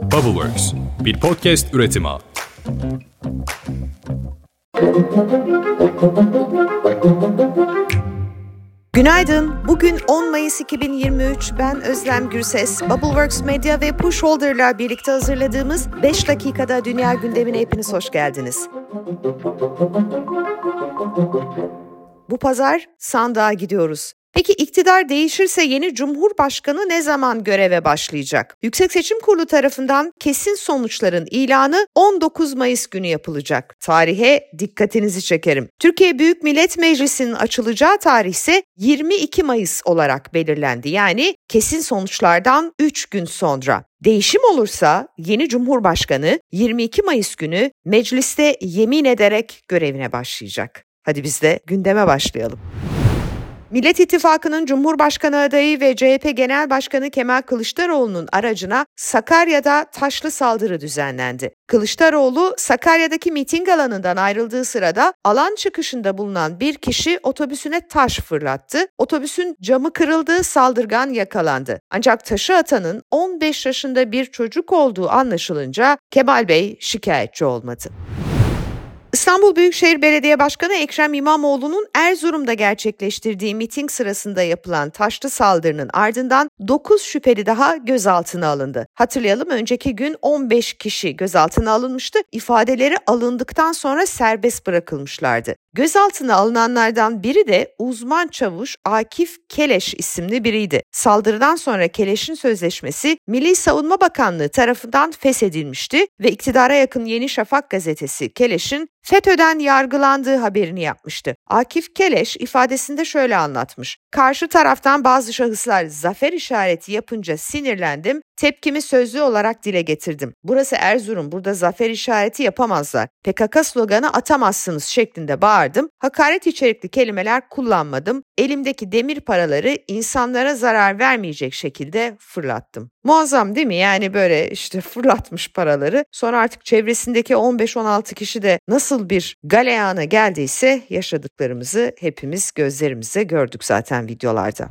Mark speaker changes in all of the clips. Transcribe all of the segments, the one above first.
Speaker 1: Bubbleworks, bir podcast üretimi.
Speaker 2: Günaydın. Bugün 10 Mayıs 2023. Ben Özlem Gürses. Bubbleworks Medya ve Pushholder'la birlikte hazırladığımız 5 dakikada dünya gündemine hepiniz hoş geldiniz. Bu pazar sandığa gidiyoruz. Peki iktidar değişirse yeni Cumhurbaşkanı ne zaman göreve başlayacak? Yüksek Seçim Kurulu tarafından kesin sonuçların ilanı 19 Mayıs günü yapılacak. Tarihe dikkatinizi çekerim. Türkiye Büyük Millet Meclisi'nin açılacağı tarih ise 22 Mayıs olarak belirlendi. Yani kesin sonuçlardan 3 gün sonra. Değişim olursa yeni Cumhurbaşkanı 22 Mayıs günü mecliste yemin ederek görevine başlayacak. Hadi biz de gündeme başlayalım. Millet İttifakı'nın Cumhurbaşkanı adayı ve CHP Genel Başkanı Kemal Kılıçdaroğlu'nun aracına Sakarya'da taşlı saldırı düzenlendi. Kılıçdaroğlu Sakarya'daki miting alanından ayrıldığı sırada alan çıkışında bulunan bir kişi otobüsüne taş fırlattı. Otobüsün camı kırıldı, saldırgan yakalandı. Ancak taşı atanın 15 yaşında bir çocuk olduğu anlaşılınca Kemal Bey şikayetçi olmadı. İstanbul Büyükşehir Belediye Başkanı Ekrem İmamoğlu'nun Erzurum'da gerçekleştirdiği miting sırasında yapılan taşlı saldırının ardından 9 şüpheli daha gözaltına alındı. Hatırlayalım, önceki gün 15 kişi gözaltına alınmıştı. İfadeleri alındıktan sonra serbest bırakılmışlardı. Gözaltına alınanlardan biri de uzman çavuş Akif Keleş isimli biriydi. Saldırıdan sonra Keleş'in sözleşmesi Milli Savunma Bakanlığı tarafından feshedilmişti ve iktidara yakın Yeni Şafak gazetesi Keleş'in FETÖ'den yargılandığı haberini yapmıştı. Akif Keleş ifadesinde şöyle anlatmış. Karşı taraftan bazı şahıslar zafer işareti yapınca sinirlendim, tepkimi sözlü olarak dile getirdim. Burası Erzurum, burada zafer işareti yapamazlar. PKK sloganı atamazsınız şeklinde bağırdım. Hakaret içerikli kelimeler kullanmadım. Elimdeki demir paraları insanlara zarar vermeyecek şekilde fırlattım. Muazzam değil mi? Yani böyle işte fırlatmış paraları. Sonra artık çevresindeki 15-16 kişi de nasıl bir galeyana geldiyse yaşadıklarımızı hepimiz gözlerimizle gördük zaten videolarda.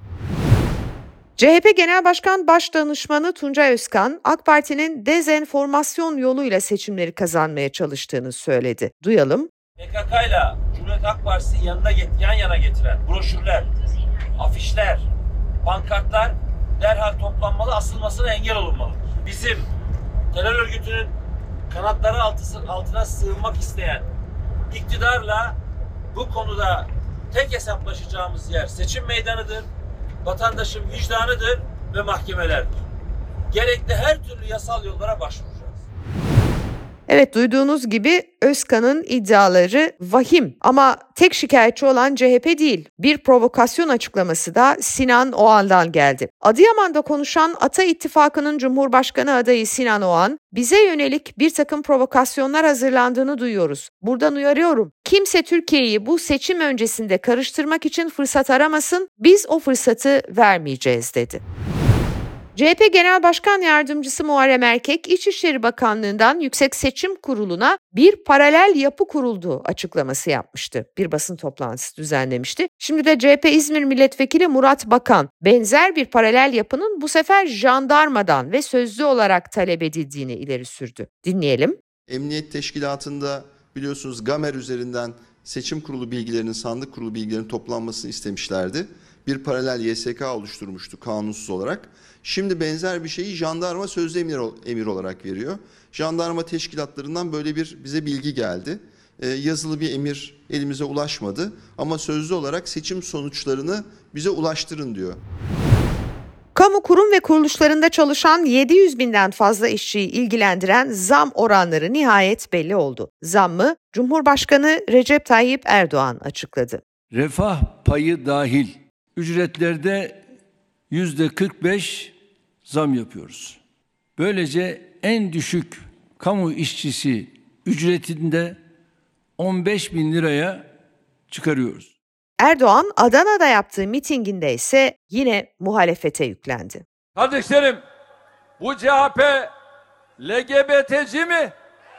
Speaker 2: CHP Genel Başkan Başdanışmanı Tuncay Özkan, AK Parti'nin dezenformasyon yoluyla seçimleri kazanmaya çalıştığını söyledi. Duyalım.
Speaker 3: PKK'yla Cumhuriyet Halk Partisi'nin yan yana getiren broşürler, afişler, pankartlar derhal toplanmalı, asılmasına engel olunmalı. Bizim terör örgütünün kanatları altına sığınmak isteyen iktidarla bu konuda tek hesaplaşacağımız yer seçim meydanıdır, vatandaşın vicdanıdır ve mahkemelerdir. Gerekli her türlü yasal yollara başvuracağız.
Speaker 2: Evet, duyduğunuz gibi Özkan'ın iddiaları vahim ama tek şikayetçi olan CHP değil. Bir provokasyon açıklaması da Sinan Oğan'dan geldi. Adıyaman'da konuşan Ata İttifakı'nın Cumhurbaşkanı adayı Sinan Oğan, bize yönelik bir takım provokasyonlar hazırlandığını duyuyoruz. Buradan uyarıyorum. Kimse Türkiye'yi bu seçim öncesinde karıştırmak için fırsat aramasın, biz o fırsatı vermeyeceğiz dedi. CHP Genel Başkan Yardımcısı Muharrem Erkek, İçişleri Bakanlığı'ndan Yüksek Seçim Kurulu'na bir paralel yapı kurulduğu açıklaması yapmıştı. Bir basın toplantısı düzenlemişti. Şimdi de CHP İzmir Milletvekili Murat Bakan, benzer bir paralel yapının bu sefer jandarmadan ve sözlü olarak talep edildiğini ileri sürdü. Dinleyelim.
Speaker 4: Emniyet Teşkilatı'nda biliyorsunuz Gamer üzerinden seçim kurulu bilgilerinin, sandık kurulu bilgilerinin toplanmasını istemişlerdi. Bir paralel YSK oluşturmuştu kanunsuz olarak. Şimdi benzer bir şeyi jandarma sözlü emir olarak veriyor. Jandarma teşkilatlarından böyle bir bize bilgi geldi. Yazılı bir emir elimize ulaşmadı ama sözlü olarak seçim sonuçlarını bize ulaştırın diyor.
Speaker 2: Kamu kurum ve kuruluşlarında çalışan 700 binden fazla işçiyi ilgilendiren zam oranları nihayet belli oldu. Zammı Cumhurbaşkanı Recep Tayyip Erdoğan açıkladı.
Speaker 5: Refah payı dahil ücretlerde %45 zam yapıyoruz. Böylece en düşük kamu işçisi ücretinde 15 bin liraya çıkarıyoruz.
Speaker 2: Erdoğan Adana'da yaptığı mitinginde ise yine muhalefete yüklendi.
Speaker 6: Kardeşlerim, bu CHP LGBT'ci mi?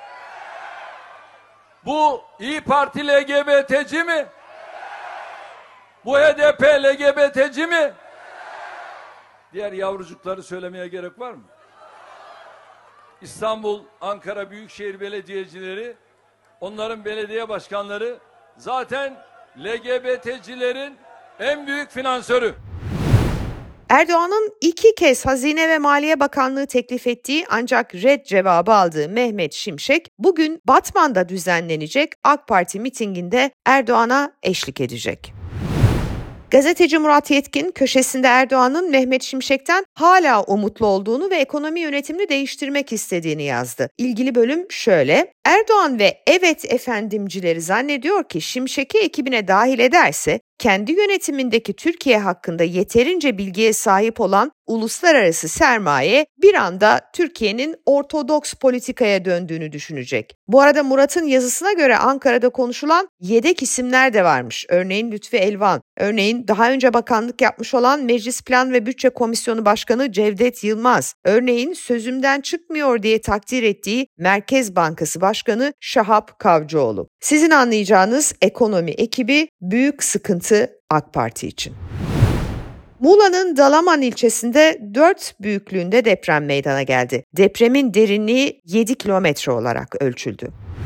Speaker 6: Bu İyi Parti LGBT'ci mi? Bu HDP LGBT'ci mi? Diğer yavrucukları söylemeye gerek var mı? İstanbul, Ankara Büyükşehir Belediyecileri, onların belediye başkanları zaten LGBT'cilerin en büyük finansörü.
Speaker 2: Erdoğan'ın 2 kez Hazine ve Maliye Bakanlığı teklif ettiği ancak red cevabı aldığı Mehmet Şimşek bugün Batman'da düzenlenecek AK Parti mitinginde Erdoğan'a eşlik edecek. Gazeteci Murat Yetkin köşesinde Erdoğan'ın Mehmet Şimşek'ten hala umutlu olduğunu ve ekonomi yönetimini değiştirmek istediğini yazdı. İlgili bölüm şöyle: Erdoğan ve evet efendimcileri zannediyor ki Şimşek'i ekibine dahil ederse kendi yönetimindeki Türkiye hakkında yeterince bilgiye sahip olan uluslararası sermaye bir anda Türkiye'nin ortodoks politikaya döndüğünü düşünecek. Bu arada Murat'ın yazısına göre Ankara'da konuşulan yedek isimler de varmış. Örneğin Lütfi Elvan, örneğin daha önce bakanlık yapmış olan Meclis Plan ve Bütçe Komisyonu Başkanı Cevdet Yılmaz, örneğin sözümden çıkmıyor diye takdir ettiği Merkez Bankası Başkanı Şahap Kavcıoğlu. Sizin anlayacağınız ekonomi ekibi büyük sıkıntı AK Parti için. Muğla'nın Dalaman ilçesinde 4 büyüklüğünde deprem meydana geldi. Depremin derinliği 7 kilometre olarak ölçüldü.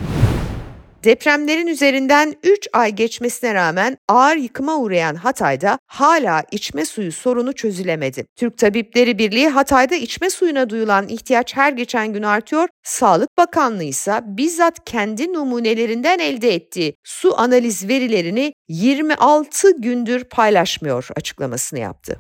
Speaker 2: Depremlerin üzerinden 3 ay geçmesine rağmen ağır yıkıma uğrayan Hatay'da hala içme suyu sorunu çözülemedi. Türk Tabipleri Birliği Hatay'da içme suyuna duyulan ihtiyaç her geçen gün artıyor. Sağlık Bakanlığı ise bizzat kendi numunelerinden elde ettiği su analiz verilerini 26 gündür paylaşmıyor açıklamasını yaptı.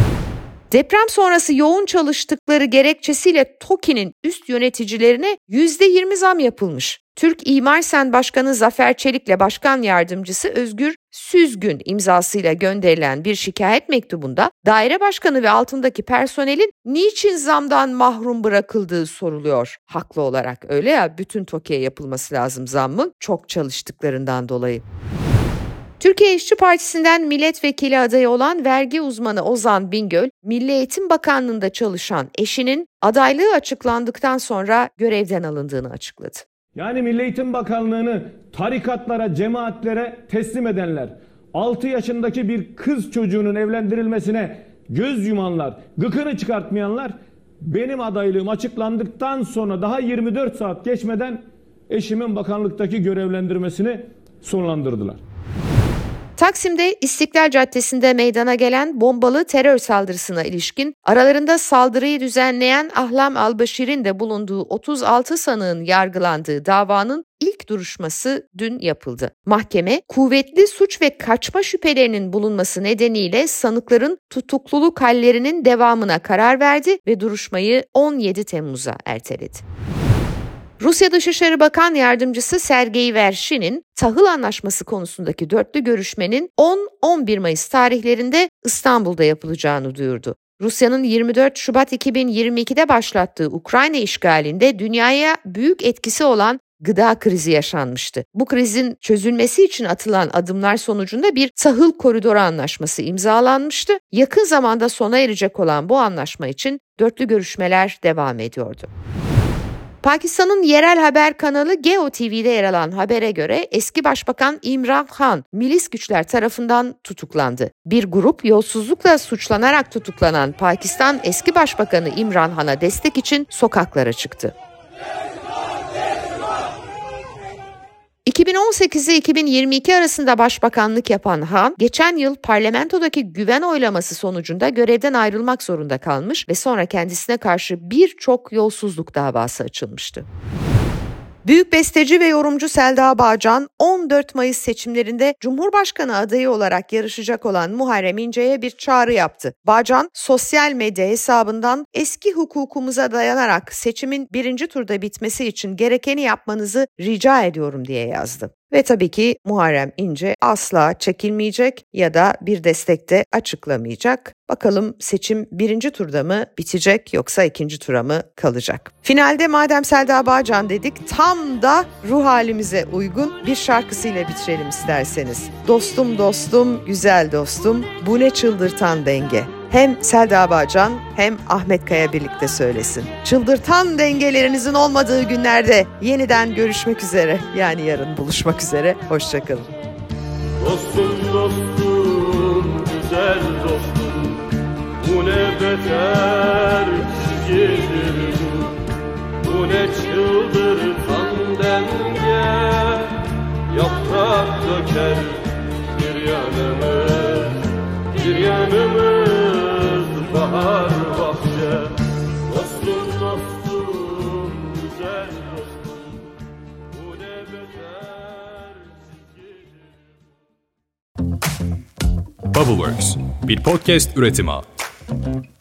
Speaker 2: Deprem sonrası yoğun çalıştıkları gerekçesiyle TOKİ'nin üst yöneticilerine %20 zam yapılmış. Türk İmar Sen Başkanı Zafer Çelik'le Başkan Yardımcısı Özgür Süzgün imzasıyla gönderilen bir şikayet mektubunda daire başkanı ve altındaki personelin niçin zamdan mahrum bırakıldığı soruluyor. Haklı olarak, öyle ya, bütün TOKİ'ye yapılması lazım zammın, çok çalıştıklarından dolayı. Türkiye İşçi Partisi'nden milletvekili adayı olan vergi uzmanı Ozan Bingöl, Milli Eğitim Bakanlığı'nda çalışan eşinin adaylığı açıklandıktan sonra görevden alındığını açıkladı.
Speaker 7: Yani Milli Eğitim Bakanlığı'nı tarikatlara, cemaatlere teslim edenler, 6 yaşındaki bir kız çocuğunun evlendirilmesine göz yumanlar, gıkını çıkartmayanlar, benim adaylığım açıklandıktan sonra daha 24 saat geçmeden eşimin bakanlıktaki görevlendirmesini sonlandırdılar.
Speaker 2: Taksim'de İstiklal Caddesi'nde meydana gelen bombalı terör saldırısına ilişkin aralarında saldırıyı düzenleyen Ahlam Albaşir'in de bulunduğu 36 sanığın yargılandığı davanın ilk duruşması dün yapıldı. Mahkeme, kuvvetli suç ve kaçma şüphelerinin bulunması nedeniyle sanıkların tutukluluk hallerinin devamına karar verdi ve duruşmayı 17 Temmuz'a erteledi. Rusya Dışişleri Bakan Yardımcısı Sergey Vershin'in tahıl anlaşması konusundaki dörtlü görüşmenin 10-11 Mayıs tarihlerinde İstanbul'da yapılacağını duyurdu. Rusya'nın 24 Şubat 2022'de başlattığı Ukrayna işgalinde dünyaya büyük etkisi olan gıda krizi yaşanmıştı. Bu krizin çözülmesi için atılan adımlar sonucunda bir tahıl koridoru anlaşması imzalanmıştı. Yakın zamanda sona erecek olan bu anlaşma için dörtlü görüşmeler devam ediyordu. Pakistan'ın yerel haber kanalı Geo TV'de yer alan habere göre eski başbakan İmran Khan milis güçler tarafından tutuklandı. Bir grup yolsuzlukla suçlanarak tutuklanan Pakistan eski başbakanı İmran Khan'a destek için sokaklara çıktı. 2018 ile 2022 arasında başbakanlık yapan Han, geçen yıl parlamentodaki güven oylaması sonucunda görevden ayrılmak zorunda kalmış ve sonra kendisine karşı birçok yolsuzluk davası açılmıştı. Büyük besteci ve yorumcu Selda Bağcan, 14 Mayıs seçimlerinde Cumhurbaşkanı adayı olarak yarışacak olan Muharrem İnce'ye bir çağrı yaptı. Bağcan, sosyal medya hesabından eski hukukumuza dayanarak seçimin 1. turda bitmesi için gerekeni yapmanızı rica ediyorum diye yazdı. Ve tabii ki Muharrem İnce asla çekilmeyecek ya da bir destek de açıklamayacak. Bakalım seçim 1. turda mı bitecek yoksa 2. tura mı kalacak? Finalde madem Selda Bağcan dedik, tam da ruh halimize uygun bir şarkısıyla bitirelim isterseniz. Dostum dostum, güzel dostum, bu ne çıldırtan denge. Hem Selda Bağcan hem Ahmet Kaya birlikte söylesin. Çıldırtan dengelerinizin olmadığı günlerde yeniden görüşmek üzere. Yani yarın buluşmak üzere. Hoşçakalın.
Speaker 8: Dostum dostum, güzel dostum, bu ne beter çizgidir bu ve çıldırtan denge, yaprak döker bir yanımız bahar bahçe. Dostum dostum güzel dostum, bu ne beter
Speaker 1: Bubbleworks bir podcast üretimi.